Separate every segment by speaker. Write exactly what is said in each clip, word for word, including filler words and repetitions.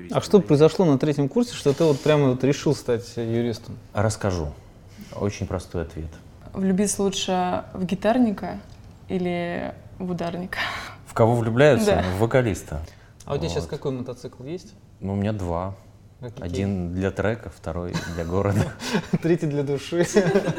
Speaker 1: А что произошло на третьем курсе, что ты вот прямо вот решил стать юристом?
Speaker 2: Расскажу. Очень простой ответ.
Speaker 3: Влюбиться лучше в гитарника или в ударника?
Speaker 2: В кого влюбляются?
Speaker 3: Да.
Speaker 2: В вокалиста.
Speaker 1: А у тебя
Speaker 2: Вот.
Speaker 1: сейчас какой мотоцикл есть?
Speaker 2: Ну, у меня два.
Speaker 1: Какие?
Speaker 2: Один для трека, второй для города.
Speaker 1: Третий для души.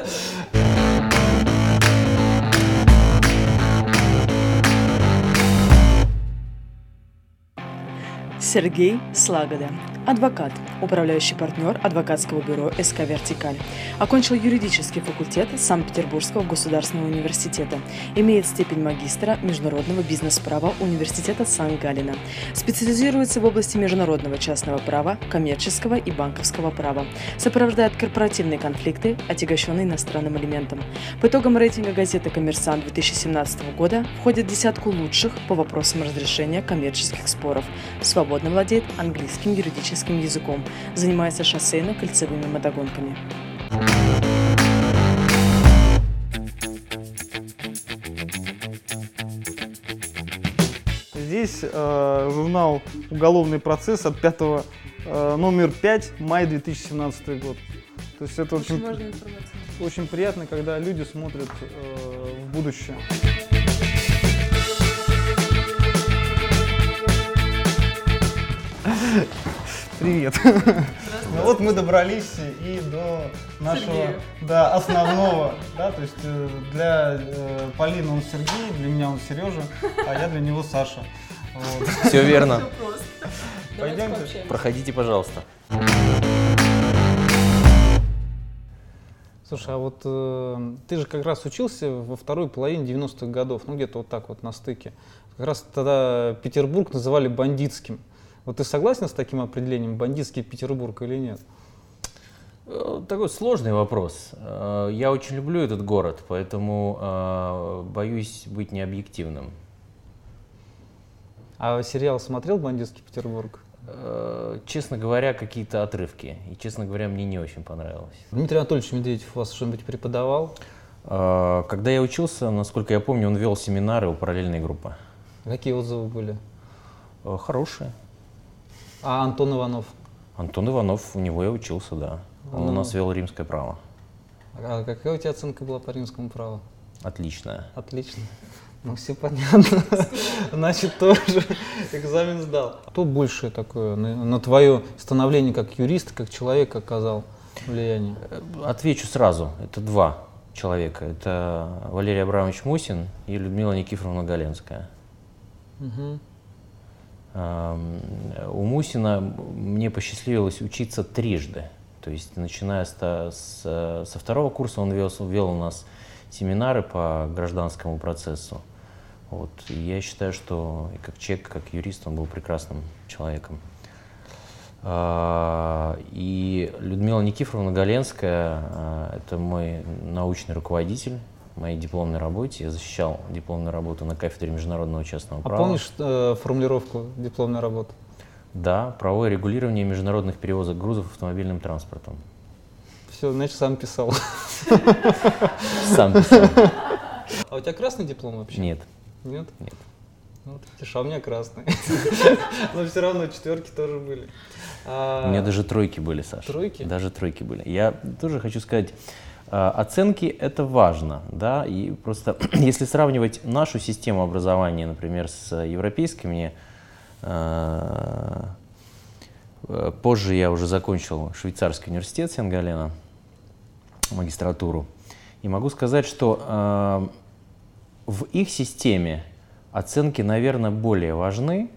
Speaker 4: Сергей Слагода, адвокат, управляющий партнер адвокатского бюро СК «Вертикаль». Окончил юридический факультет Санкт-Петербургского государственного университета. Имеет степень магистра международного бизнес-права университета Сан-Галина. Специализируется в области международного частного права, коммерческого и банковского права. Сопровождает корпоративные конфликты, отягощенные иностранным элементом. По итогам рейтинга газеты «Коммерсант» две тысячи семнадцатого года входит в десятку лучших по вопросам разрешения коммерческих споров. Свободно владеет английским юридическим языком. Занимается шоссейно-кольцевыми мотогонками.
Speaker 1: Здесь э, журнал «Уголовный процесс» от пятого, э, номер пять, май две тысячи семнадцатый год. То есть это очень,
Speaker 3: Очень важная информация.
Speaker 1: очень приятно, когда люди смотрят э, в будущее. Привет. Ну вот мы добрались и до нашего
Speaker 3: Сергею.
Speaker 1: да, основного. Да, то есть э, для э, Полины он Сергей, для меня он Сережа, а я для него Саша. Вот.
Speaker 2: Все верно.
Speaker 1: Пойдемте.
Speaker 2: Проходите, пожалуйста.
Speaker 1: Слушай, а вот э, ты же как раз учился во второй половине девяностых годов, ну где-то вот так вот на стыке. Как раз тогда Петербург называли бандитским. Вот ты согласен с таким определением, бандитский Петербург или нет?
Speaker 2: Э, Такой сложный вопрос. Э, Я очень люблю этот город, поэтому э, боюсь быть необъективным.
Speaker 1: А сериал смотрел «Бандитский Петербург»?
Speaker 2: Э, Честно говоря, какие-то отрывки. И, честно говоря, мне не очень понравилось.
Speaker 1: Дмитрий Анатольевич Медведев у вас что-нибудь преподавал?
Speaker 2: Э, Когда я учился, насколько я помню, он вел семинары у параллельной группы.
Speaker 1: Какие отзывы были?
Speaker 2: Э, Хорошие.
Speaker 1: А Антон Иванов?
Speaker 2: Антон Иванов, у него я учился, да. Он
Speaker 1: Ну.
Speaker 2: у нас вел римское право.
Speaker 1: А какая у тебя оценка была по римскому праву?
Speaker 2: Отличная.
Speaker 1: Отлично. Ну, все понятно. Значит, тоже экзамен сдал. Кто больше такое на, на твое становление как юриста, как человека оказал влияние?
Speaker 2: Отвечу сразу. Это два человека. Это Валерий Абрамович Мусин и Людмила Никифоровна Галенская.
Speaker 1: Угу.
Speaker 2: Эм, У Мусина мне посчастливилось учиться трижды. То есть, начиная с, с, со второго курса, он вел, вел у нас семинары по гражданскому процессу. Вот. И я считаю, что и как человек, как юрист, он был прекрасным человеком. А, И Людмила Никифоровна Галенская а, — это мой научный руководитель в моей дипломной работе. Я защищал дипломную работу на кафедре международного частного
Speaker 1: А
Speaker 2: права.
Speaker 1: помнишь э, формулировку дипломной работы?
Speaker 2: Да, правовое регулирование международных перевозок грузов автомобильным транспортом.
Speaker 1: Все, значит, сам писал.
Speaker 2: Сам писал.
Speaker 1: А у тебя красный диплом вообще?
Speaker 2: Нет.
Speaker 1: Нет?
Speaker 2: Нет.
Speaker 1: Ну, вот видишь, а у меня красный. Но все равно четверки тоже были.
Speaker 2: У меня даже тройки были, Саша.
Speaker 1: Тройки?
Speaker 2: Даже тройки были. Я тоже хочу сказать, э, оценки — это важно, да, и просто если сравнивать нашу систему образования, например, с европейской, мне э, э, позже я уже закончил швейцарский университет Сен-Галена, магистратуру, и могу сказать, что э, в их системе оценки, наверное, более важны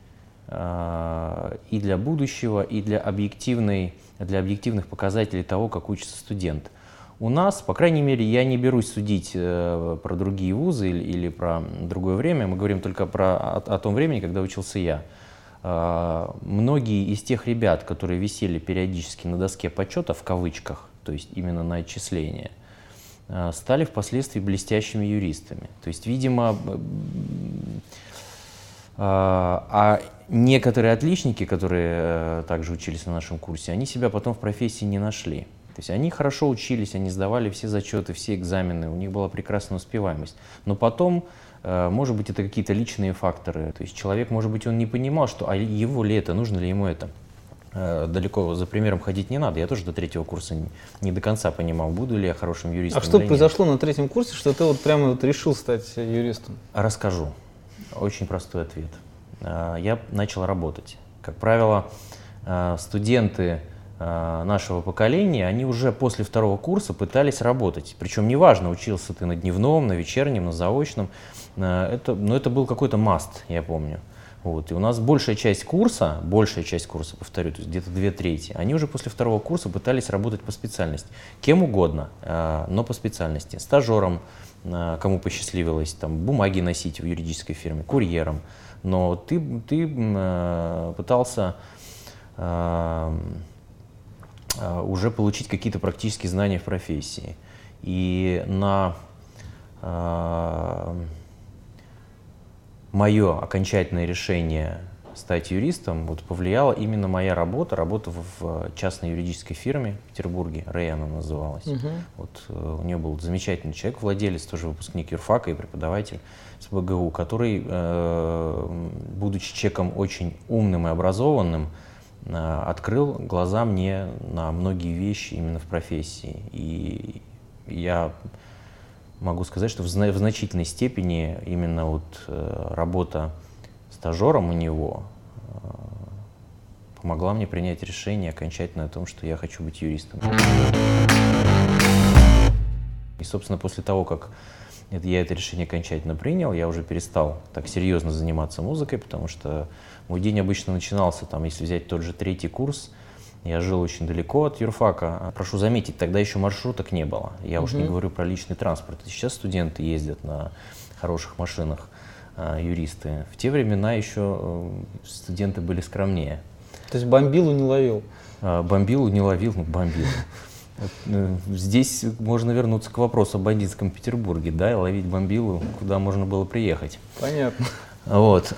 Speaker 2: э, и для будущего, и для, объективной, для объективных показателей того, как учится студент. У нас, по крайней мере, я не берусь судить э, про другие вузы или, или про другое время, мы говорим только про, о, о том времени, когда учился я. Э, многие из тех ребят, которые висели периодически на доске почета, в кавычках, то есть именно на отчисление, стали впоследствии блестящими юристами. То есть, видимо, а некоторые отличники, которые также учились на нашем курсе, они себя потом в профессии не нашли. То есть они хорошо учились, они сдавали все зачеты, все экзамены, у них была прекрасная успеваемость. Но потом, может быть, это какие-то личные факторы. То есть человек, может быть, он не понимал, что а его ли это, нужно ли ему это. э, далеко за примером ходить не надо. Я тоже до третьего курса не, не до конца понимал, буду ли я хорошим юристом.
Speaker 1: А что
Speaker 2: или
Speaker 1: произошло
Speaker 2: нет.
Speaker 1: на третьем курсе, что ты вот прямо вот решил стать юристом?
Speaker 2: Расскажу. Очень простой ответ. Э, я начал работать. Как правило, э, студенты э, нашего поколения, они уже после второго курса пытались работать. Причем неважно, учился ты на дневном, на вечернем, на заочном. Э, это, но это был какой-то must, я помню. Вот. И у нас большая часть курса, большая часть курса, повторю, то есть где-то две трети, они уже после второго курса пытались работать по специальности. Кем угодно, э, но по специальности. Стажером, э, кому посчастливилось, там, бумаги носить в юридической фирме, курьером. Но ты, ты э, пытался э, э, уже получить какие-то практические знания в профессии. И на э, мое окончательное решение стать юристом вот, повлияла именно моя работа, работа в, в частной юридической фирме в Петербурге, Рэй она называлась.
Speaker 1: Угу.
Speaker 2: Вот, э, у нее был замечательный человек, владелец, тоже выпускник юрфака и преподаватель с бэ гэ у, который, э, будучи человеком очень умным и образованным, э, открыл глаза мне на многие вещи именно в профессии. И я могу сказать, что в, зна в значительной степени именно вот, э, работа стажером у него э, помогла мне принять решение окончательно о том, что я хочу быть юристом. И, собственно, после того, как я это решение окончательно принял, я уже перестал так серьезно заниматься музыкой, потому что мой день обычно начинался, там, если взять тот же третий курс, я жил очень далеко от юрфака. Прошу заметить, тогда еще маршруток не было. Я уж не говорю про личный транспорт. Сейчас студенты ездят на хороших машинах, а, юристы. В те времена еще студенты были скромнее.
Speaker 1: То есть бомбилу не ловил?
Speaker 2: А, бомбилу не ловил, ну бомбилу. Здесь можно вернуться к вопросу о бандитском Петербурге, да, и ловить бомбилу, куда можно было приехать.
Speaker 1: Понятно.
Speaker 2: Вот.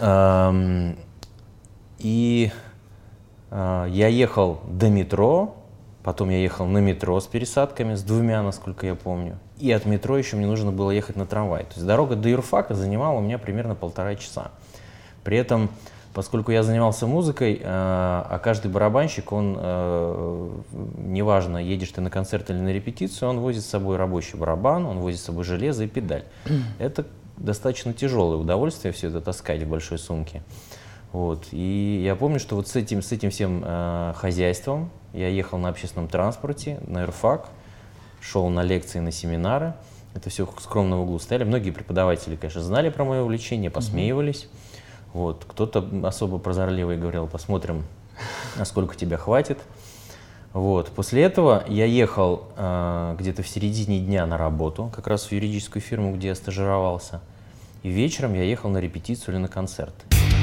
Speaker 2: И я ехал до метро, потом я ехал на метро с пересадками, с двумя, насколько я помню. И от метро еще мне нужно было ехать на трамвай. То есть дорога до юрфака занимала у меня примерно полтора часа. При этом, поскольку я занимался музыкой, а каждый барабанщик, он, неважно, едешь ты на концерт или на репетицию, он возит с собой рабочий барабан, он возит с собой железо и педаль. Это достаточно тяжелое удовольствие все это таскать в большой сумке. Вот. И я помню, что вот с этим, с этим всем э, хозяйством я ехал на общественном транспорте, на юрфак, шел на лекции, на семинары. Это все скромно в углу стояли. Многие преподаватели, конечно, знали про мое увлечение, посмеивались. Mm-hmm. Вот. Кто-то особо прозорливый говорил, посмотрим, насколько тебя хватит. Вот. После этого я ехал э, где-то в середине дня на работу, как раз в юридическую фирму, где я стажировался. И вечером я ехал на репетицию или на концерт.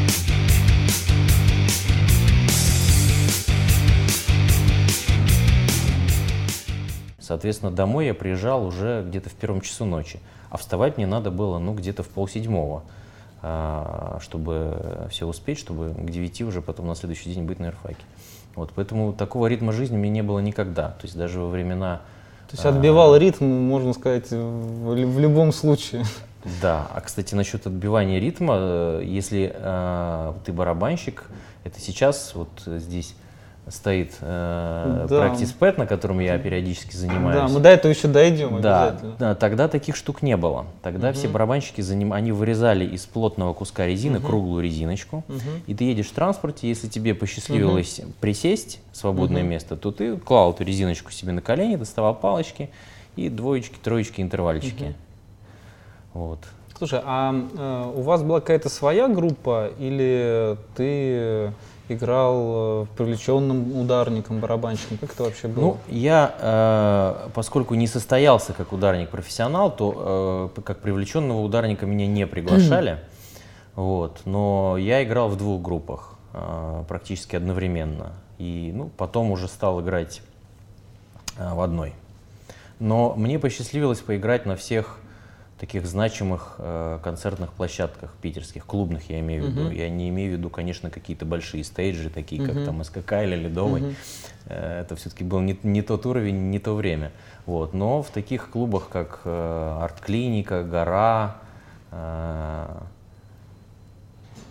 Speaker 2: Соответственно, домой я приезжал уже где-то в первом часу ночи, а вставать мне надо было ну, где-то в полседьмого, чтобы все успеть, чтобы к девяти уже потом на следующий день быть на юрфаке. Вот, поэтому такого ритма жизни у меня не было никогда, то есть даже во времена…
Speaker 1: То есть отбивал ритм, можно сказать, в, в любом случае.
Speaker 2: Да, а, кстати, насчет отбивания ритма, если э, ты барабанщик, это сейчас вот здесь стоит э,
Speaker 1: да.
Speaker 2: Practice Pad, на котором я периодически занимаюсь.
Speaker 1: Да, мы до этого еще дойдем
Speaker 2: да,
Speaker 1: обязательно.
Speaker 2: Да, тогда таких штук не было. Тогда угу. все барабанщики, заним... они вырезали из плотного куска резины угу. круглую резиночку, угу. и ты едешь в транспорте, если тебе посчастливилось угу. присесть в свободное угу. место, то ты клал эту резиночку себе на колени, доставал палочки и двоечки, троечки, интервальчики. Угу. Вот.
Speaker 1: Слушай, а э, у вас была какая-то своя группа или ты играл привлеченным ударником, барабанщиком? Как это вообще было?
Speaker 2: Ну, я, э, поскольку не состоялся как ударник-профессионал, то э, как привлеченного ударника меня не приглашали. Вот. Но я играл в двух группах э, практически одновременно. И ну, потом уже стал играть э, в одной. Но мне посчастливилось поиграть на всех таких значимых э, концертных площадках питерских, клубных я имею в виду. Uh-huh. Я не имею в виду, конечно, какие-то большие стейджи, такие uh-huh. как там эс ка ка или Ледовый. Uh-huh. э, это все-таки был не, не тот уровень, не то время. Вот. Но в таких клубах, как э, Арт-клиника, Гора, э,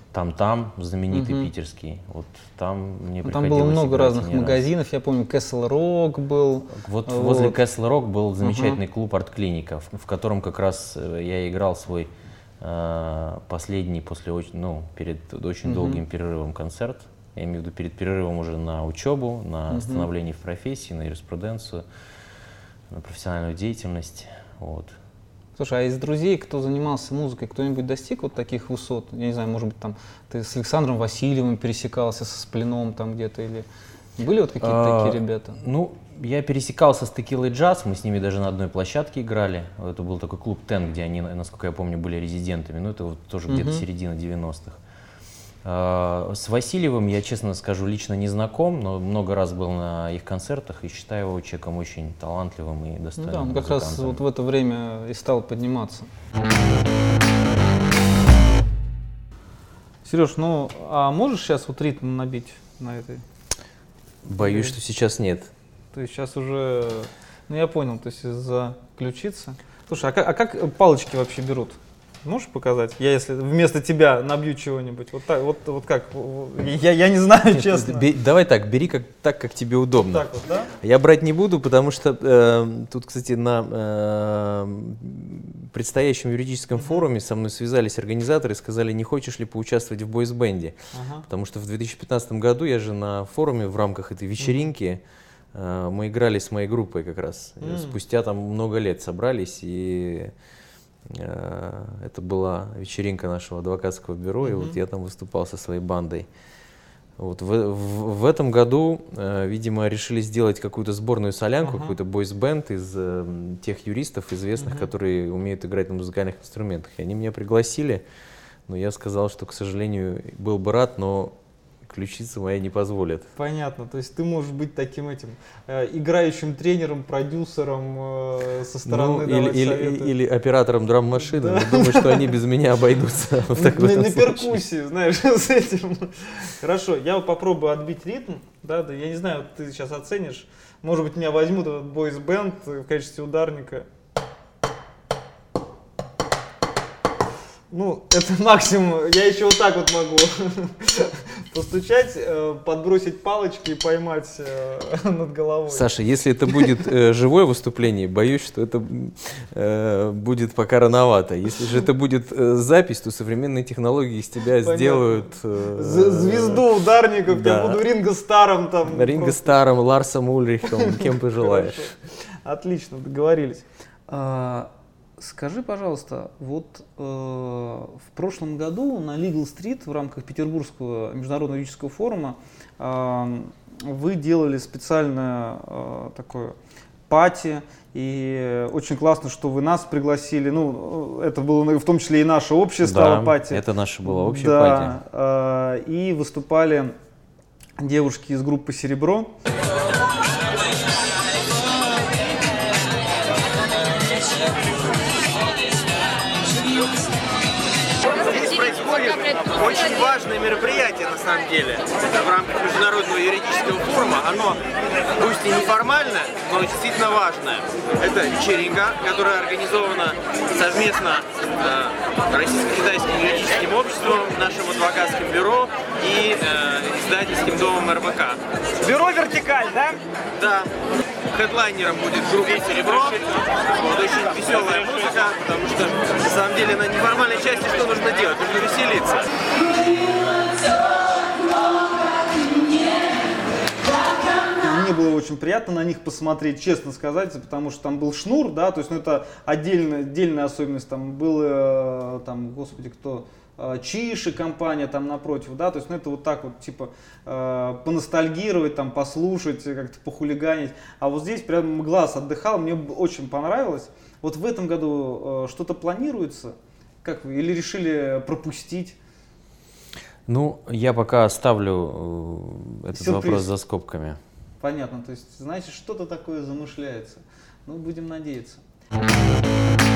Speaker 2: Там-там, знаменитый
Speaker 1: Мгм.
Speaker 2: питерский. Вот там мне
Speaker 1: Ну, там
Speaker 2: приходилось
Speaker 1: было много
Speaker 2: играть
Speaker 1: разных
Speaker 2: не раз.
Speaker 1: магазинов, я помню, Castle Rock был.
Speaker 2: Вот,
Speaker 1: Вот.
Speaker 2: возле Castle Rock был замечательный клуб арт-клиника, в, в котором как раз э, я играл свой э, последний после очень, ну, перед очень
Speaker 1: Мгм.
Speaker 2: долгим перерывом концерт. Я имею в виду перед перерывом уже на учебу, на
Speaker 1: Мгм.
Speaker 2: становление в профессии, на юриспруденцию, на профессиональную деятельность. Вот.
Speaker 1: Слушай, а из друзей, кто занимался музыкой, кто-нибудь достиг вот таких высот? Я не знаю, может быть, там ты с Александром Васильевым пересекался, со Сплином там где-то, или были вот какие-то
Speaker 2: А,
Speaker 1: такие ребята?
Speaker 2: Ну, я пересекался с Текилой Джаз, мы с ними даже на одной площадке играли. Это был такой клуб Тен, где они, насколько я помню, были резидентами. Ну, это вот тоже
Speaker 1: Мгм.
Speaker 2: где-то середина девяностых. А, С Васильевым я, честно скажу, лично не знаком, но много раз был на их концертах и считаю его человеком очень талантливым и
Speaker 1: Ну
Speaker 2: достойным
Speaker 1: да, он как раз
Speaker 2: музыкантом.
Speaker 1: вот в это время и стал подниматься. Сереж, ну а можешь сейчас вот ритм набить на этой?
Speaker 2: Боюсь, что сейчас нет.
Speaker 1: То есть сейчас уже, ну я понял, то есть из-за ключицы. Слушай, а как, а как палочки вообще берут? Можешь показать? Я если вместо тебя набью чего-нибудь, вот так, вот, вот как? Я, я не знаю,
Speaker 5: Нет,
Speaker 1: честно.
Speaker 5: бе- давай так, бери как, так, как тебе удобно.
Speaker 1: Так вот, да?
Speaker 5: Я брать не буду, потому что э, тут, кстати, на э, предстоящем юридическом форуме со мной связались организаторы и сказали, не хочешь ли поучаствовать в бойс-бенде.
Speaker 1: Ага.
Speaker 5: Потому что в две тысячи пятнадцатом году я же на форуме в рамках этой вечеринки, э, мы играли с моей группой как раз.
Speaker 1: Мгм.
Speaker 5: Спустя там много лет собрались, и э, это была вечеринка нашего адвокатского бюро, и
Speaker 1: Мгм.
Speaker 5: вот я там выступал со своей бандой. Вот в, в, в этом году, э, видимо, решили сделать какую-то сборную солянку,
Speaker 1: Ага.
Speaker 5: какой-то бойс-бенд из э, тех юристов известных,
Speaker 1: Мгм.
Speaker 5: которые умеют играть на музыкальных инструментах. И они меня пригласили, но я сказал, что, к сожалению, был бы рад, но ключица моя не позволит.
Speaker 1: Понятно, то есть ты можешь быть таким этим э, играющим тренером, продюсером э, со стороны
Speaker 5: Ну, или,
Speaker 1: давать
Speaker 5: или,
Speaker 1: советы.
Speaker 5: или оператором драм-машины,
Speaker 1: Да.
Speaker 5: но думаю, что они без меня обойдутся. вот так в
Speaker 1: на,
Speaker 5: этом
Speaker 1: на
Speaker 5: случае.
Speaker 1: перкуссии, знаешь, с этим. Хорошо, я вот попробую отбить ритм. Да, да, я не знаю, ты сейчас оценишь. Может быть, меня возьмут этот бойс-бенд в качестве ударника. Ну, это максимум. Я еще вот так вот могу постучать, э, подбросить палочки и поймать э, над головой.
Speaker 5: Саша, если это будет э, живое выступление, боюсь, что это э, будет пока рановато. Если же это будет э, запись, то современные технологии из тебя
Speaker 1: Понятно.
Speaker 5: сделают э,
Speaker 1: З- Звезду ударников,
Speaker 5: да.
Speaker 1: я буду Ринго Старом там.
Speaker 5: Ринго
Speaker 1: просто.
Speaker 5: Старом, Ларсом Ульрихом, кем пожелаешь.
Speaker 1: Хорошо. Отлично, договорились. А, скажи, пожалуйста, вот э, в прошлом году на Legal Street в рамках Петербургского международного юридического форума э, вы делали специальное э, такое пати, и очень классно, что вы нас пригласили. Ну, это было в том числе и наше общее стало
Speaker 5: Да,
Speaker 1: пати.
Speaker 5: это наша была общая
Speaker 1: Да, э, и выступали девушки из группы «Серебро».
Speaker 6: Здесь происходит очень важное мероприятие, на самом деле, в рамках Международного юридического форума. Оно, пусть и неформальное, но действительно важное. Это вечеринка, которая организована совместно э, Российско-китайским юридическим обществом, нашим адвокатским бюро и э, издательским домом эр бэ ка.
Speaker 7: Бюро «Вертикаль», да?
Speaker 6: Да. Хедлайнером будет группа «Серебро». Это очень веселая музыка, потому что на самом деле на неформальной части что нужно делать? Нужно веселиться.
Speaker 1: Мне было очень приятно на них посмотреть, честно сказать, потому что там был шнур, да, то есть, ну, это отдельная, отдельная особенность, там был, э, там, господи, кто, э, Чиши компания там напротив, да, то есть, ну, это вот так вот, типа, э, поностальгировать, там, послушать, как-то похулиганить, а вот здесь прям глаз отдыхал, мне б- очень понравилось. Вот в этом году э, что-то планируется, как вы, или решили пропустить?
Speaker 2: Ну, я пока оставлю э, этот
Speaker 1: Сюрприз.
Speaker 2: вопрос за скобками.
Speaker 1: Понятно, то есть, значит, что-то такое замышляется. Ну, будем надеяться.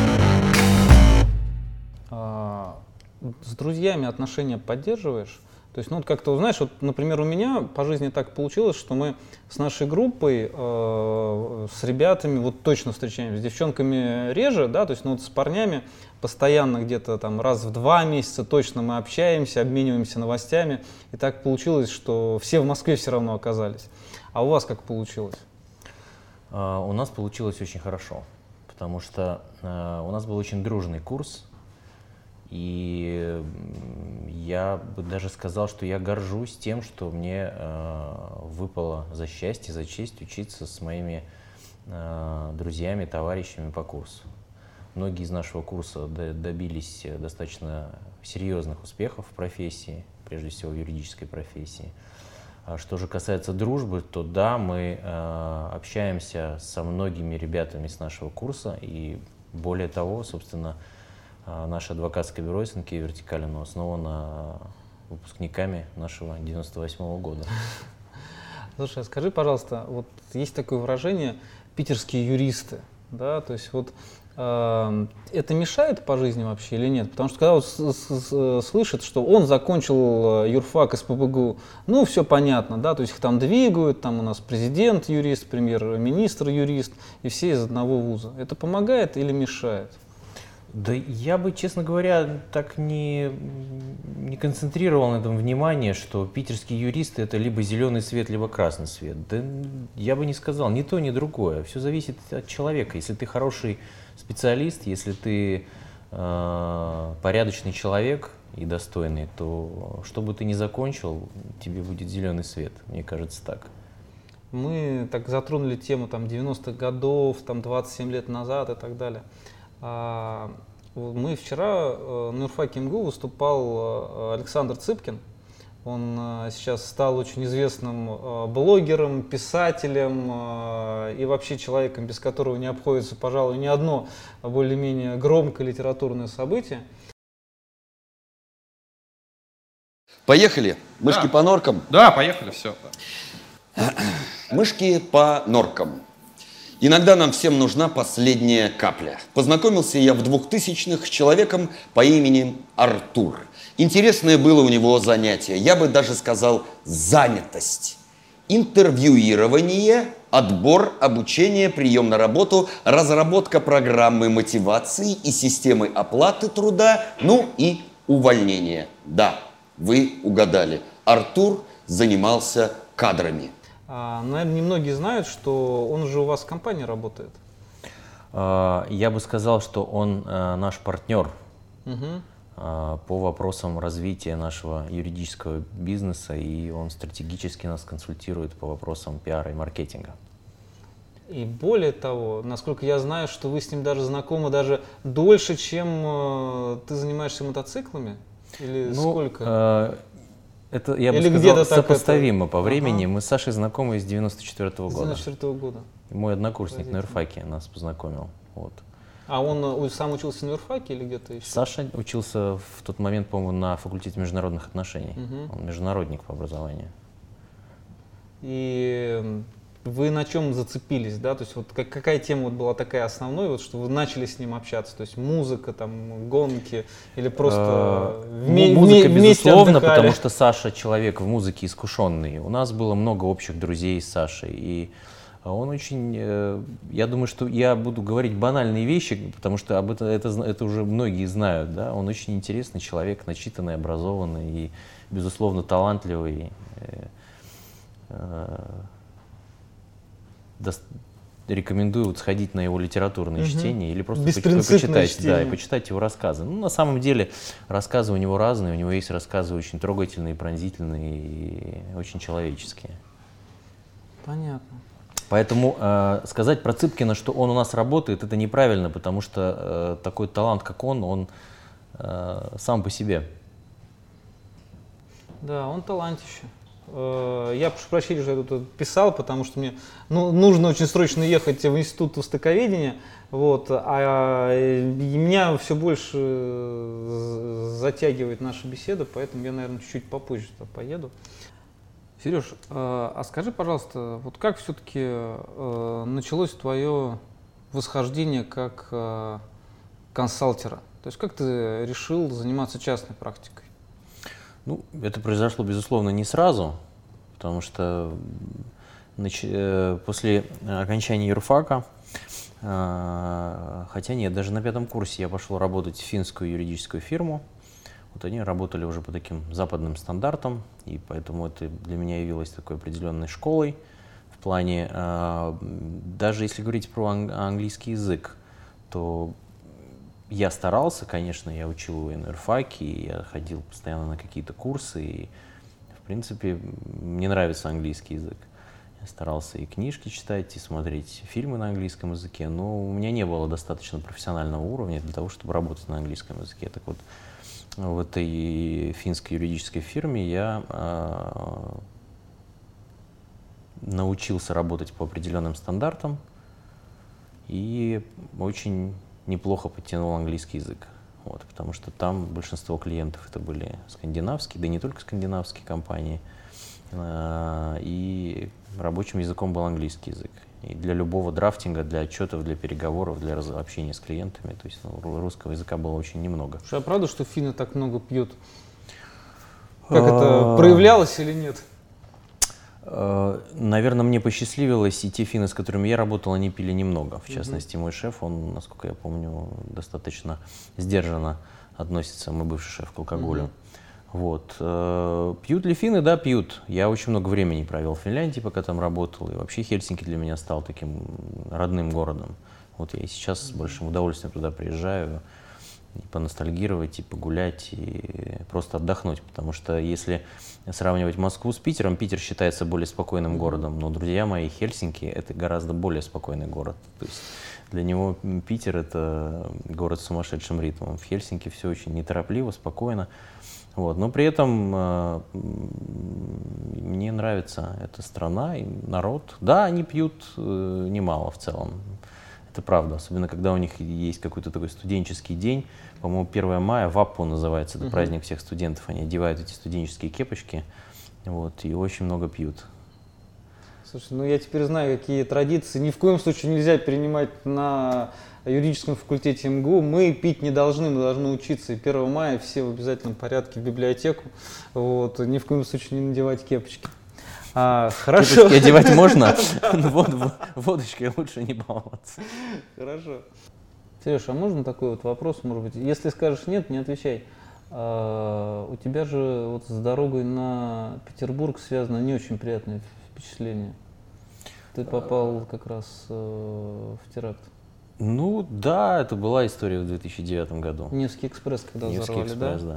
Speaker 1: А, с друзьями отношения поддерживаешь? То есть, ну вот как-то, знаешь, вот, например, у меня по жизни так получилось, что мы с нашей группой, э, с ребятами вот точно встречаемся, с девчонками реже, да, то есть, ну вот с парнями постоянно где-то там раз в два месяца точно мы общаемся, обмениваемся новостями, и так получилось, что все в Москве все равно оказались. А у вас как получилось?
Speaker 2: Uh, у нас получилось очень хорошо, потому что uh, у нас был очень дружный курс. И я бы даже сказал, что я горжусь тем, что мне э, выпало за счастье, за честь учиться с моими э, друзьями, товарищами по курсу. Многие из нашего курса до, добились достаточно серьезных успехов в профессии, прежде всего в юридической профессии. А что же касается дружбы, то да, мы э, общаемся со многими ребятами с нашего курса, и более того, собственно, наше адвокатское бюро эс эн кей «Вертикаль» основано выпускниками нашего девяносто восьмого года.
Speaker 1: Слушай, а скажи, пожалуйста, вот есть такое выражение «питерские юристы», да, то есть вот э, это мешает по жизни вообще или нет? Потому что когда вот с, с, слышат, что он закончил юрфак эс пэ бэ гэ у, ну все понятно, да, то есть их там двигают, там у нас президент юрист, премьер-министр юрист, и все из одного вуза. Это помогает или мешает?
Speaker 2: Да я бы, честно говоря, так не, не концентрировал на этом внимание, что питерские юристы — это либо зеленый свет, либо красный свет. Да я бы не сказал, ни то, ни другое. Все зависит от человека. Если ты хороший специалист, если ты э, порядочный человек и достойный, то что бы ты ни закончил, тебе будет зеленый свет. Мне кажется, так.
Speaker 1: Мы так затронули тему там девяностых годов, там двадцать семь лет назад и так далее. Мы вчера на юрфаке эм гэ у выступал Александр Цыпкин. Он сейчас стал очень известным блогером, писателем и вообще человеком, без которого не обходится, пожалуй, ни одно более-менее громкое литературное событие.
Speaker 8: Поехали. Мышки
Speaker 9: да.
Speaker 8: по норкам?
Speaker 9: Да, поехали, все.
Speaker 8: Мышки по норкам. Иногда нам всем нужна последняя капля. Познакомился я в двухтысячных с человеком по имени Артур. Интересное было у него занятие, я бы даже сказал занятость. Интервьюирование, отбор, обучение, прием на работу, разработка программы мотивации и системы оплаты труда, ну и увольнение. Да, вы угадали, Артур занимался кадрами.
Speaker 1: А, наверное, немногие знают, что он уже у вас в компании работает.
Speaker 2: Я бы сказал, что он наш партнер
Speaker 1: угу.
Speaker 2: по вопросам развития нашего юридического бизнеса, и он стратегически нас консультирует по вопросам пиара и маркетинга.
Speaker 1: И более того, насколько я знаю, что вы с ним даже знакомы даже дольше, чем э, ты занимаешься мотоциклами? Или
Speaker 2: ну,
Speaker 1: сколько?
Speaker 2: Э, это, я
Speaker 1: Или
Speaker 2: бы сказал, сопоставимо
Speaker 1: это...
Speaker 2: по времени.
Speaker 1: Ага.
Speaker 2: Мы с Сашей знакомы с девяносто четвёртого года.
Speaker 1: девяносто четвёртого года.
Speaker 2: Мой однокурсник на юрфаке нас познакомил. Вот.
Speaker 1: А он сам учился на юрфаке или где-то еще?
Speaker 2: Саша учился в тот момент, по-моему, на факультете международных отношений.
Speaker 1: Угу.
Speaker 2: Он международник по образованию.
Speaker 1: И вы на чем зацепились, да? То есть вот как, какая тема вот была такая основной, вот, что вы начали с ним общаться? То есть музыка, там, гонки или просто
Speaker 2: вме- музыка, безусловно, потому что Саша человек в музыке искушенный. У нас было много общих друзей с Сашей, и он очень, я думаю, что я буду говорить банальные вещи, потому что об это, это, это уже многие знают, да? Он очень интересный человек, начитанный, образованный и, безусловно, талантливый. Рекомендую вот сходить на его литературные угу. чтения или просто почитать, да, и почитать его рассказы. Ну, на самом деле, рассказы у него разные, у него есть рассказы очень трогательные, пронзительные и очень человеческие.
Speaker 1: Понятно.
Speaker 2: Поэтому э, сказать про Цыпкина, что он у нас работает, это неправильно, потому что э, такой талант, как он, он э, сам по себе.
Speaker 1: Да, он талантище. Я, прошу прощения, что я тут писал, потому что мне ну, нужно очень срочно ехать в институт востоковедения, вот, а меня все больше затягивает наша беседа, поэтому я, наверное, чуть-чуть попозже туда поеду. Сереж, а скажи, пожалуйста, вот как все-таки началось твое восхождение как консалтера? То есть как ты решил заниматься частной практикой?
Speaker 2: Ну, это произошло, безусловно, не сразу, потому что нач... после окончания юрфака, хотя нет, даже на пятом курсе я пошел работать в финскую юридическую фирму. Вот они работали уже по таким западным стандартам, и поэтому это для меня явилось такой определенной школой в плане, даже если говорить про английский язык, то я старался, конечно, я учил его и на юрфаке, и я ходил постоянно на какие-то курсы, и, в принципе, мне нравится английский язык. Я старался и книжки читать, и смотреть фильмы на английском языке, но у меня не было достаточно профессионального уровня для того, чтобы работать на английском языке. Так вот, в этой финской юридической фирме я э, научился работать по определенным стандартам и очень неплохо подтянул английский язык. Вот, потому что там большинство клиентов это были скандинавские, да и не только скандинавские компании, э, и рабочим языком был английский язык. И для любого драфтинга, для отчетов, для переговоров, для общения с клиентами, то есть ну, русского языка было очень немного.
Speaker 1: Слушай, а правда, что финны так много пьют? Как это проявлялось или нет?
Speaker 2: Наверное, мне посчастливилось, и те финны, с которыми я работал, они пили немного. В частности, мой шеф, он, насколько я помню, достаточно сдержанно относится, мой бывший шеф, к алкоголю. Вот. Пьют ли финны? Да, пьют. Я очень много времени провел в Финляндии, пока там работал, и вообще Хельсинки для меня стал таким родным городом. Вот я и сейчас с большим удовольствием туда приезжаю, и поностальгировать, и погулять, и просто отдохнуть, потому что если сравнивать Москву с Питером, Питер считается более спокойным городом, но, друзья мои, Хельсинки — это гораздо более спокойный город. То есть для него Питер — это город с сумасшедшим ритмом. В Хельсинки все очень неторопливо, спокойно. Вот. Но при этом э, мне нравится эта страна и народ. Да, они пьют э, немало в целом, это правда. Особенно когда у них есть какой-то такой студенческий день. По-моему, первое мая, Ваппу называется, это uh-huh. праздник всех студентов. Они одевают эти студенческие кепочки, вот, и очень много пьют.
Speaker 1: Слушай, ну я теперь знаю, какие традиции ни в коем случае нельзя перенимать на юридическом факультете эм гэ у. Мы пить не должны, мы должны учиться. И первого мая все в обязательном порядке в библиотеку. Вот, ни в коем случае не надевать кепочки. А, хорошо.
Speaker 2: Кепочки одевать можно, но водочкой лучше не баловаться.
Speaker 1: Хорошо. Сереж, а можно такой вот вопрос, может быть? Если скажешь нет, не отвечай. А, у тебя же вот с дорогой на Петербург связано не очень приятное впечатление. Ты попал как раз э, в теракт.
Speaker 2: Ну да, это была история в две тысячи девятом году.
Speaker 1: Невский экспресс, когда
Speaker 2: Невский
Speaker 1: взорвали,
Speaker 2: экспресс,
Speaker 1: да?
Speaker 2: да.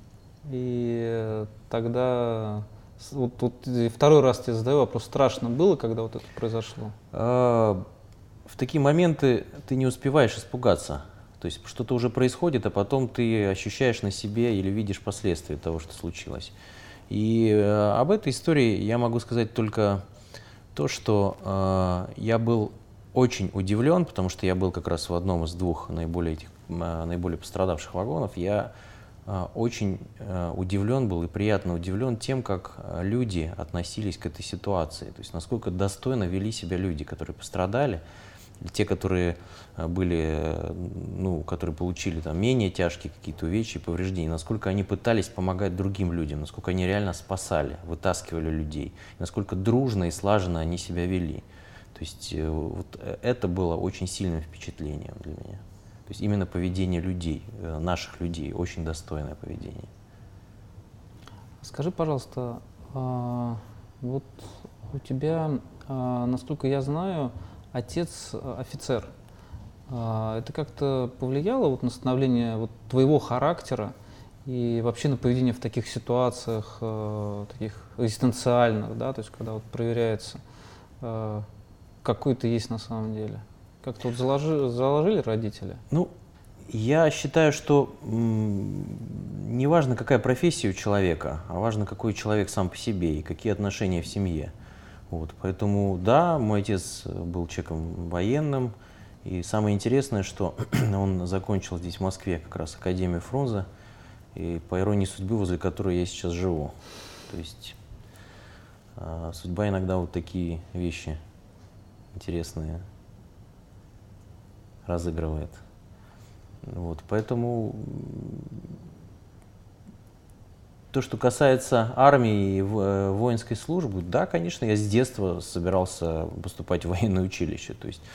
Speaker 1: И тогда, вот, вот второй раз тебе задаю вопрос, страшно было, когда вот это произошло?
Speaker 2: А, в такие моменты ты не успеваешь испугаться. То есть что-то уже происходит, а потом ты ощущаешь на себе или видишь последствия того, что случилось. И э, об этой истории я могу сказать только то, что э, я был очень удивлен, потому что я был как раз в одном из двух наиболее, этих, э, наиболее пострадавших вагонов. Я э, очень э, удивлен был и приятно удивлен тем, как люди относились к этой ситуации. То есть насколько достойно вели себя люди, которые пострадали. Те, которые были, ну, которые получили там менее тяжкие какие-то увечья и повреждения, насколько они пытались помогать другим людям, насколько они реально спасали, вытаскивали людей, насколько дружно и слаженно они себя вели. То есть вот это было очень сильным впечатлением для меня. То есть именно поведение людей, наших людей, очень достойное поведение.
Speaker 1: Скажи, пожалуйста, вот у тебя, насколько я знаю, отец офицер. Это как-то повлияло вот на становление вот твоего характера и вообще на поведение в таких ситуациях, таких экзистенциальных, да, то есть когда вот проверяется, какой ты есть на самом деле? Как-то вот заложи, заложили родители?
Speaker 2: Ну, я считаю, что не важно, какая профессия у человека, а важно, какой человек сам по себе и какие отношения в семье. Вот, поэтому, да, мой отец был человеком военным, и самое интересное, что он закончил здесь, в Москве, как раз Академию Фрунзе, и по иронии судьбы, возле которой я сейчас живу. То есть э, судьба иногда вот такие вещи интересные разыгрывает. Вот, поэтому то, что касается армии и воинской службы, да, конечно, я с детства собирался поступать в военное училище. То есть,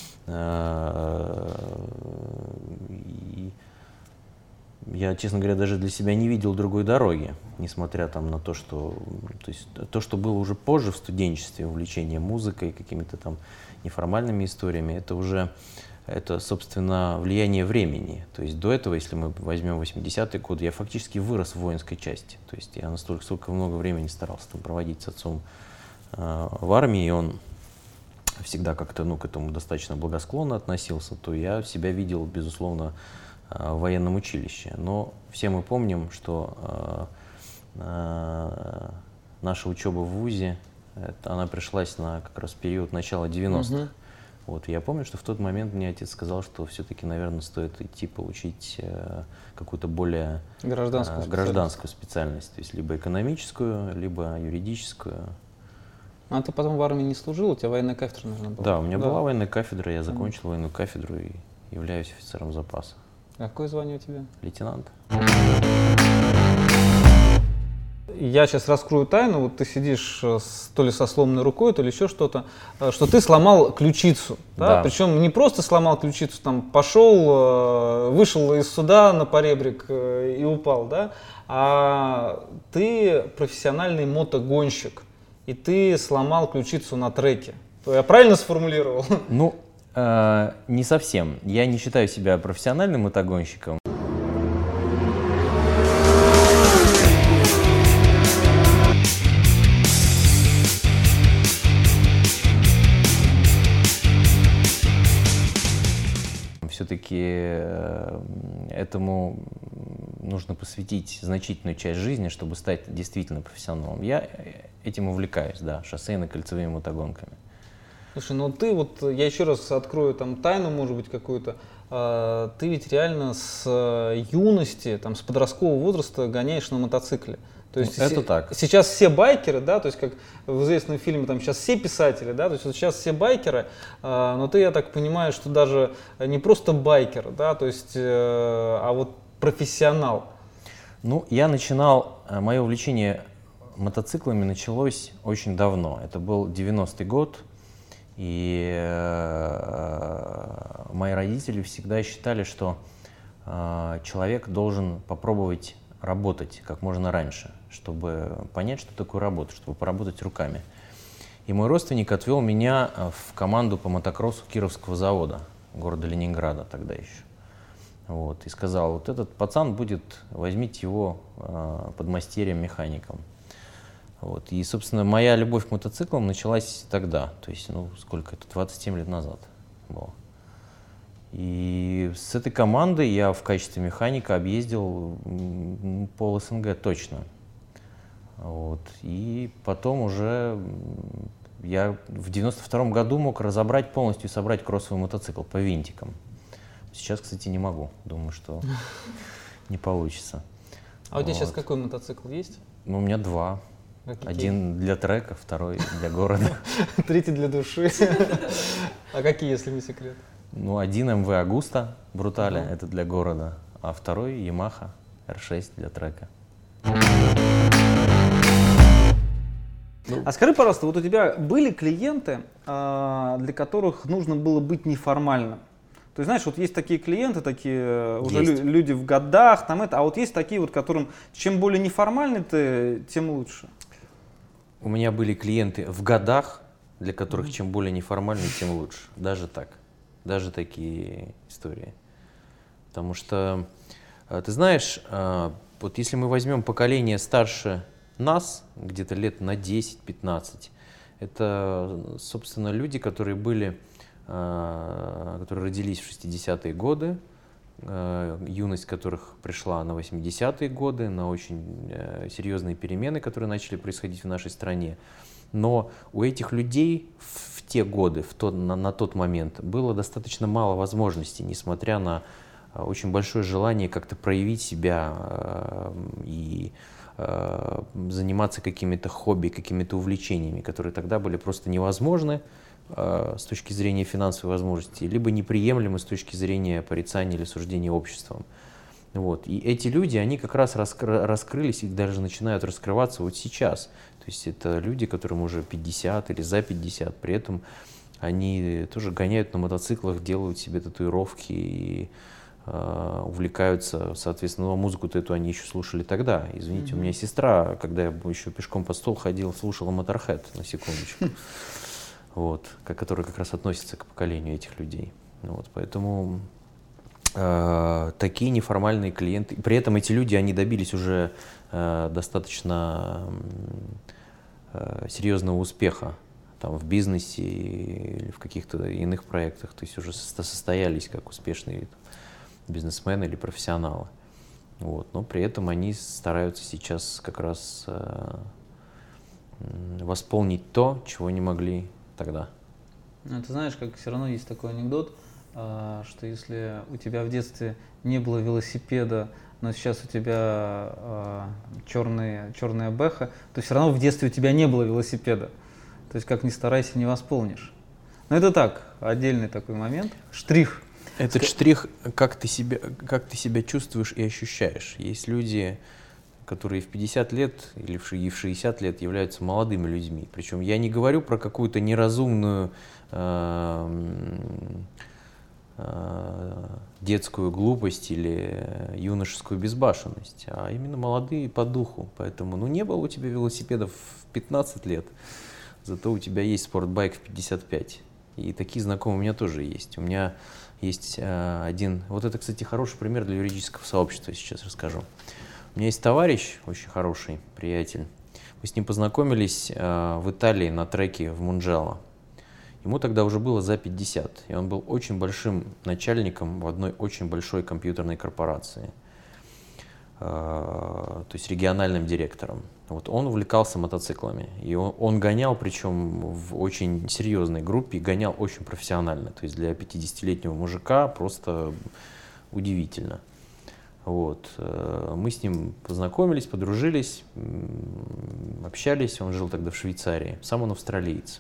Speaker 2: и я, честно говоря, даже для себя не видел другой дороги, несмотря там на то, что, то есть, то, что было уже позже в студенчестве, увлечение музыкой, какими-то там неформальными историями, это уже, это, собственно, влияние времени. То есть до этого, если мы возьмем восьмидесятые годы, я фактически вырос в воинской части. То есть я настолько столько много времени старался там проводить с отцом э, в армии, и он всегда как-то, ну, к этому достаточно благосклонно относился, то я себя видел, безусловно, в военном училище. Но все мы помним, что э, э, наша учеба в ВУЗе, это, она пришлась на как раз период начала девяностых. Угу. Вот, я помню, что в тот момент мне отец сказал, что все-таки, наверное, стоит идти получить э, какую-то более
Speaker 1: гражданскую,
Speaker 2: э, гражданскую специальность, то есть либо экономическую, либо юридическую.
Speaker 1: А ты потом в армии не служил, у тебя военная кафедра, наверное, была?
Speaker 2: Да, у меня да. была военная кафедра, я закончил mm. военную кафедру и являюсь офицером запаса.
Speaker 1: Какое звание у тебя?
Speaker 2: Лейтенант.
Speaker 1: Я сейчас раскрою тайну, вот ты сидишь с, то ли со сломанной рукой, то ли еще что-то, что ты сломал ключицу, да? Да. Причем не просто сломал ключицу, там пошел, вышел из суда на поребрик и упал, да? А ты профессиональный мотогонщик, и ты сломал ключицу на треке. Я правильно сформулировал?
Speaker 2: Ну, э, не совсем. Я не считаю себя профессиональным мотогонщиком. Все-таки этому нужно посвятить значительную часть жизни, чтобы стать действительно профессионалом. Я этим увлекаюсь, да, шоссейно-кольцевыми мотогонками.
Speaker 1: Слушай, ну ты вот, я еще раз открою там тайну, может быть, какую-то. Э, ты ведь реально с юности, там, с подросткового возраста гоняешь на мотоцикле. То есть
Speaker 2: это
Speaker 1: се-
Speaker 2: так.
Speaker 1: Сейчас все байкеры, да, то есть как в известном фильме, там сейчас все писатели, да, то есть вот сейчас все байкеры, э, но ты, я так понимаю, что даже не просто байкер, да, то есть, э, а вот профессионал.
Speaker 2: Ну, я начинал, мое увлечение мотоциклами началось очень давно. Это был девяностый год, и э, мои родители всегда считали, что э, человек должен попробовать работать как можно раньше, чтобы понять, что такое работа, чтобы поработать руками. И мой родственник отвел меня в команду по мотокроссу Кировского завода, города Ленинграда тогда еще. Вот, и сказал, вот этот пацан будет, возьмите его э, подмастерьем, механиком. Вот, и, собственно, моя любовь к мотоциклам началась тогда, то есть, ну, сколько это, двадцать семь лет назад было. И с этой командой я в качестве механика объездил пол СНГ точно. Вот, и потом уже я в девяносто втором году мог разобрать полностью и собрать кроссовый мотоцикл по винтикам. Сейчас, кстати, не могу. Думаю, что не получится.
Speaker 1: А у тебя сейчас какой мотоцикл есть?
Speaker 2: Ну, у меня два. Один для трека, второй для города.
Speaker 1: Третий для души. А какие, если не секрет?
Speaker 2: Ну, один эм вэ Agusta Brutale, это для города, а второй Yamaha эр шесть для трека.
Speaker 1: А скажи, пожалуйста, вот у тебя были клиенты, для которых нужно было быть неформальным? То есть, знаешь, вот есть такие клиенты, такие уже лю- люди в годах, там это, а вот есть такие вот, которым чем более неформальный ты, тем лучше.
Speaker 2: У меня были клиенты в годах, для которых чем более неформальный, тем лучше. Даже так. Даже такие истории. Потому что, ты знаешь, вот если мы возьмем поколение старше нас, где-то лет на десять-пятнадцать, это, собственно, люди, которые были... которые родились в шестидесятые годы, юность которых пришла на восьмидесятые годы, на очень серьезные перемены, которые начали происходить в нашей стране. Но у этих людей в те годы, в тот, на, на тот момент, было достаточно мало возможностей, несмотря на очень большое желание как-то проявить себя и заниматься какими-то хобби, какими-то увлечениями, которые тогда были просто невозможны с точки зрения финансовой возможности, либо неприемлемы с точки зрения порицания или суждения обществом. Вот. И эти люди, они как раз раскры, раскрылись и даже начинают раскрываться вот сейчас. То есть это люди, которым уже пятьдесят или за пятьдесят, при этом они тоже гоняют на мотоциклах, делают себе татуировки и э, увлекаются, соответственно, ну, музыку-то эту они еще слушали тогда. Извините, mm-hmm. у меня сестра, когда я еще пешком под стол ходил, слушала Motorhead, на секундочку, вот, который как раз относится к поколению этих людей. Вот, поэтому э, такие неформальные клиенты, при этом эти люди, они добились уже э, достаточно э, серьезного успеха там, в бизнесе или в каких-то иных проектах, то есть уже состоялись как успешные там, бизнесмены или профессионалы. Вот. Но при этом они стараются сейчас как раз э, восполнить то, чего не могли тогда.
Speaker 1: Ну, ты знаешь, как все равно есть такой анекдот, э, что если у тебя в детстве не было велосипеда, но сейчас у тебя э, черный, черная бэха, то все равно в детстве у тебя не было велосипеда. То есть как ни старайся, не восполнишь. Но это так, отдельный такой момент. Штрих.
Speaker 5: Этот Ск... штрих, как ты, себя, как ты себя чувствуешь и ощущаешь. Есть люди, которые в пятьдесят лет или в шестьдесят лет являются молодыми людьми. Причем я не говорю про какую-то неразумную э, э, детскую глупость или юношескую безбашенность, а именно молодые по духу. Поэтому ну, не было у тебя велосипедов в пятнадцать лет. Зато у тебя есть спортбайк в пятьдесят пять. И такие знакомые у меня тоже есть. У меня есть э, один... Вот это, кстати, хороший пример для юридического сообщества, сейчас расскажу. У меня есть товарищ, очень хороший приятель. Мы с ним познакомились э, в Италии на треке в Мунджело. Ему тогда уже было за пятьдесят. И он был очень большим начальником в одной очень большой компьютерной корпорации. Э, то есть региональным директором. Вот он увлекался мотоциклами, и он, он гонял, причем в очень серьезной группе, и гонял очень профессионально. То есть для пятидесятилетнего мужика просто удивительно. Вот. Мы с ним познакомились, подружились, общались. Он жил тогда в Швейцарии, сам он австралиец.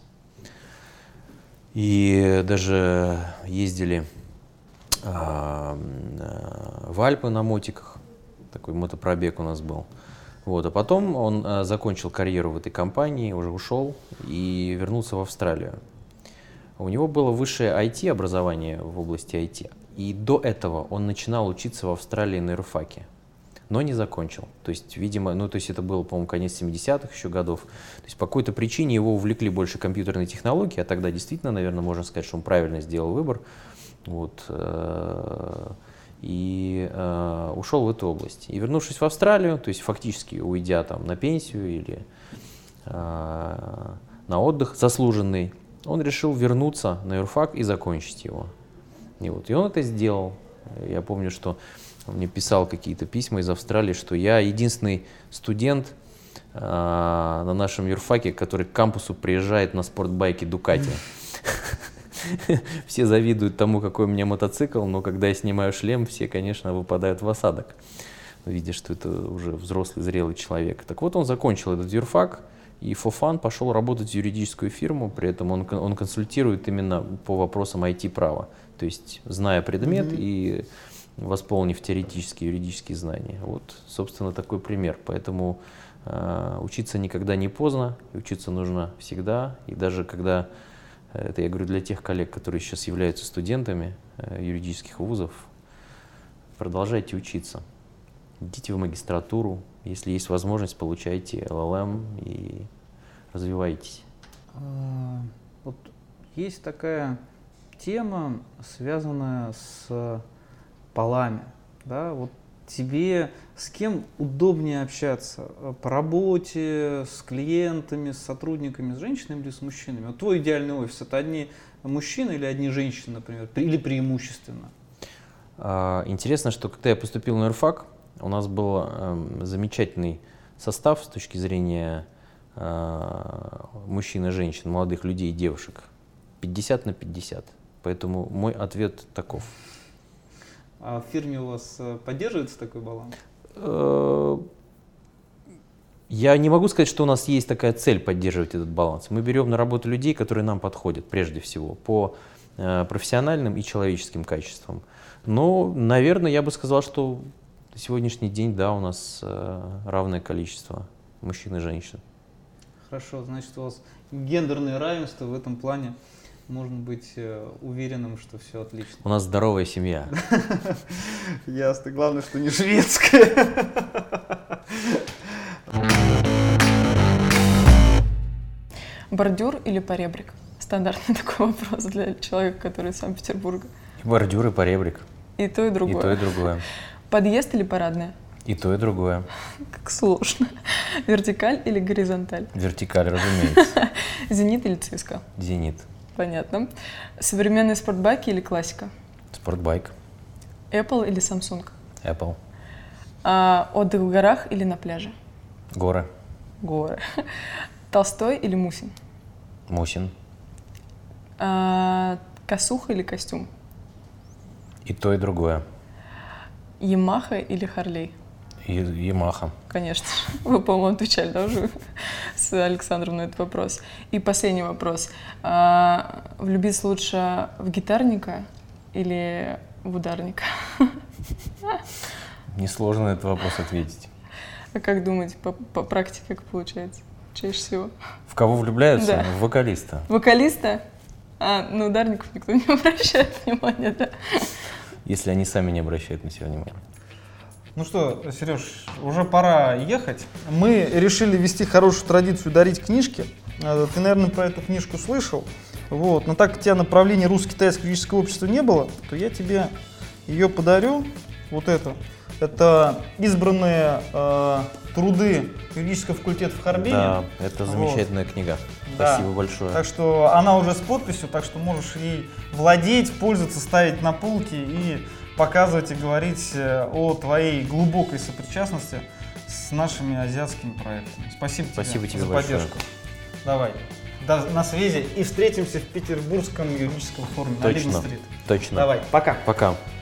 Speaker 5: И даже ездили а, в Альпы на мотиках, такой мотопробег у нас был. Вот, а потом он а, закончил карьеру в этой компании, уже ушел и вернулся в Австралию. У него было высшее ай ти-образование в области ай ти, и до этого он начинал учиться в Австралии на юрфаке, но не закончил. То есть, видимо, ну, то есть это было, по-моему, конец семидесятых еще годов. То есть по какой-то причине его увлекли больше компьютерные технологии, а тогда действительно, наверное, можно сказать, что он правильно сделал выбор. Вот, э- и э, ушел в эту область. И вернувшись в Австралию, то есть фактически уйдя там на пенсию или э, на отдых заслуженный, он решил вернуться на юрфак и закончить его. И, вот, и он это сделал. Я помню, что он мне писал какие-то письма из Австралии, что я единственный студент э, на нашем юрфаке, который к кампусу приезжает на спортбайке Дукати. Все завидуют тому, какой у меня мотоцикл, но когда я снимаю шлем, все, конечно, выпадают в осадок, видя, что это уже взрослый, зрелый человек. Так вот, он закончил этот юрфак и for fun пошел работать в юридическую фирму, при этом он, он консультирует именно по вопросам ай ти-права, то есть зная предмет mm-hmm. и восполнив теоретические юридические знания. Вот, собственно, такой пример. Поэтому э, учиться никогда не поздно, и учиться нужно всегда, и даже когда... Это я говорю для тех коллег, которые сейчас являются студентами э, юридических вузов. Продолжайте учиться. Идите в магистратуру. Если есть возможность, получайте эл эл эм и развивайтесь.
Speaker 1: А, вот есть такая тема, связанная с полами. Да? Вот тебе с кем удобнее общаться? По работе, с клиентами, с сотрудниками, с женщинами или с мужчинами? Вот твой идеальный офис — это одни мужчины или одни женщины, например, или преимущественно?
Speaker 2: Интересно, что когда я поступил на юрфак, у нас был э, замечательный состав с точки зрения э, мужчин и женщин, молодых людей и девушек. пятьдесят на пятьдесят. Поэтому мой ответ таков.
Speaker 1: А в фирме у вас поддерживается такой баланс?
Speaker 2: Я не могу сказать, что у нас есть такая цель поддерживать этот баланс. Мы берем на работу людей, которые нам подходят прежде всего по профессиональным и человеческим качествам. Но, наверное, я бы сказал, что
Speaker 5: На сегодняшний день, да, у нас э, равное количество мужчин и женщин.
Speaker 1: Хорошо, значит, у вас гендерное равенство в этом плане. Можно быть э, уверенным, что все отлично.
Speaker 5: У нас здоровая семья.
Speaker 1: Ясно. Главное, что не шведская.
Speaker 3: Бордюр или поребрик? Стандартный такой вопрос для человека, который из Санкт-Петербурга.
Speaker 5: Бордюр и поребрик.
Speaker 3: И то, и другое.
Speaker 5: И то, и другое.
Speaker 3: Подъезд или парадная?
Speaker 5: И то, и другое.
Speaker 3: Как сложно. Вертикаль или горизонталь?
Speaker 5: Вертикаль, разумеется.
Speaker 3: Зенит или ЦСКА?
Speaker 5: Зенит.
Speaker 3: Понятно. Современные спортбайки или классика?
Speaker 5: Спортбайк.
Speaker 3: Apple или Samsung?
Speaker 5: Apple.
Speaker 3: А, отдых в горах или на пляже?
Speaker 5: Горы.
Speaker 3: Горы. Толстой или Мусин?
Speaker 5: Мусин.
Speaker 3: А, косуха или костюм?
Speaker 5: И то, и другое.
Speaker 3: Ямаха или Харлей?
Speaker 5: Ямаха.
Speaker 3: Конечно. Вы, по-моему, отвечали, да, уже с Александром на этот вопрос. И последний вопрос. А, влюбиться лучше в гитарника или в ударника?
Speaker 5: Несложно на этот вопрос ответить.
Speaker 3: А как думаете, по, по практике как получается? Чаще всего.
Speaker 5: В кого влюбляются?
Speaker 3: Да.
Speaker 5: В вокалиста.
Speaker 3: Вокалиста? А на ударников никто не обращает внимания, да?
Speaker 5: Если они сами не обращают на себя внимания.
Speaker 1: Ну что, Сереж, уже пора ехать. Мы решили вести хорошую традицию дарить книжки. Ты, наверное, про эту книжку слышал. Вот. Но так как у тебя направления русско-китайского юридического общества не было, то я тебе ее подарю. Вот эту. Это избранные э, труды юридического факультета в Харбине.
Speaker 5: Да, это замечательная вот. Книга.
Speaker 1: Да.
Speaker 5: Спасибо большое.
Speaker 1: Так что она уже с подписью, так что можешь ей владеть, пользоваться, ставить на полки и показывать и говорить о твоей глубокой сопричастности с нашими азиатскими проектами. Спасибо,
Speaker 5: Спасибо
Speaker 1: тебе,
Speaker 5: тебе
Speaker 1: за
Speaker 5: большое.
Speaker 1: поддержку. Давай. До, на связи и встретимся в Петербургском юридическом форуме.
Speaker 5: Точно.
Speaker 1: На Либн-стрит.
Speaker 5: Точно.
Speaker 1: Давай, пока.
Speaker 5: Пока.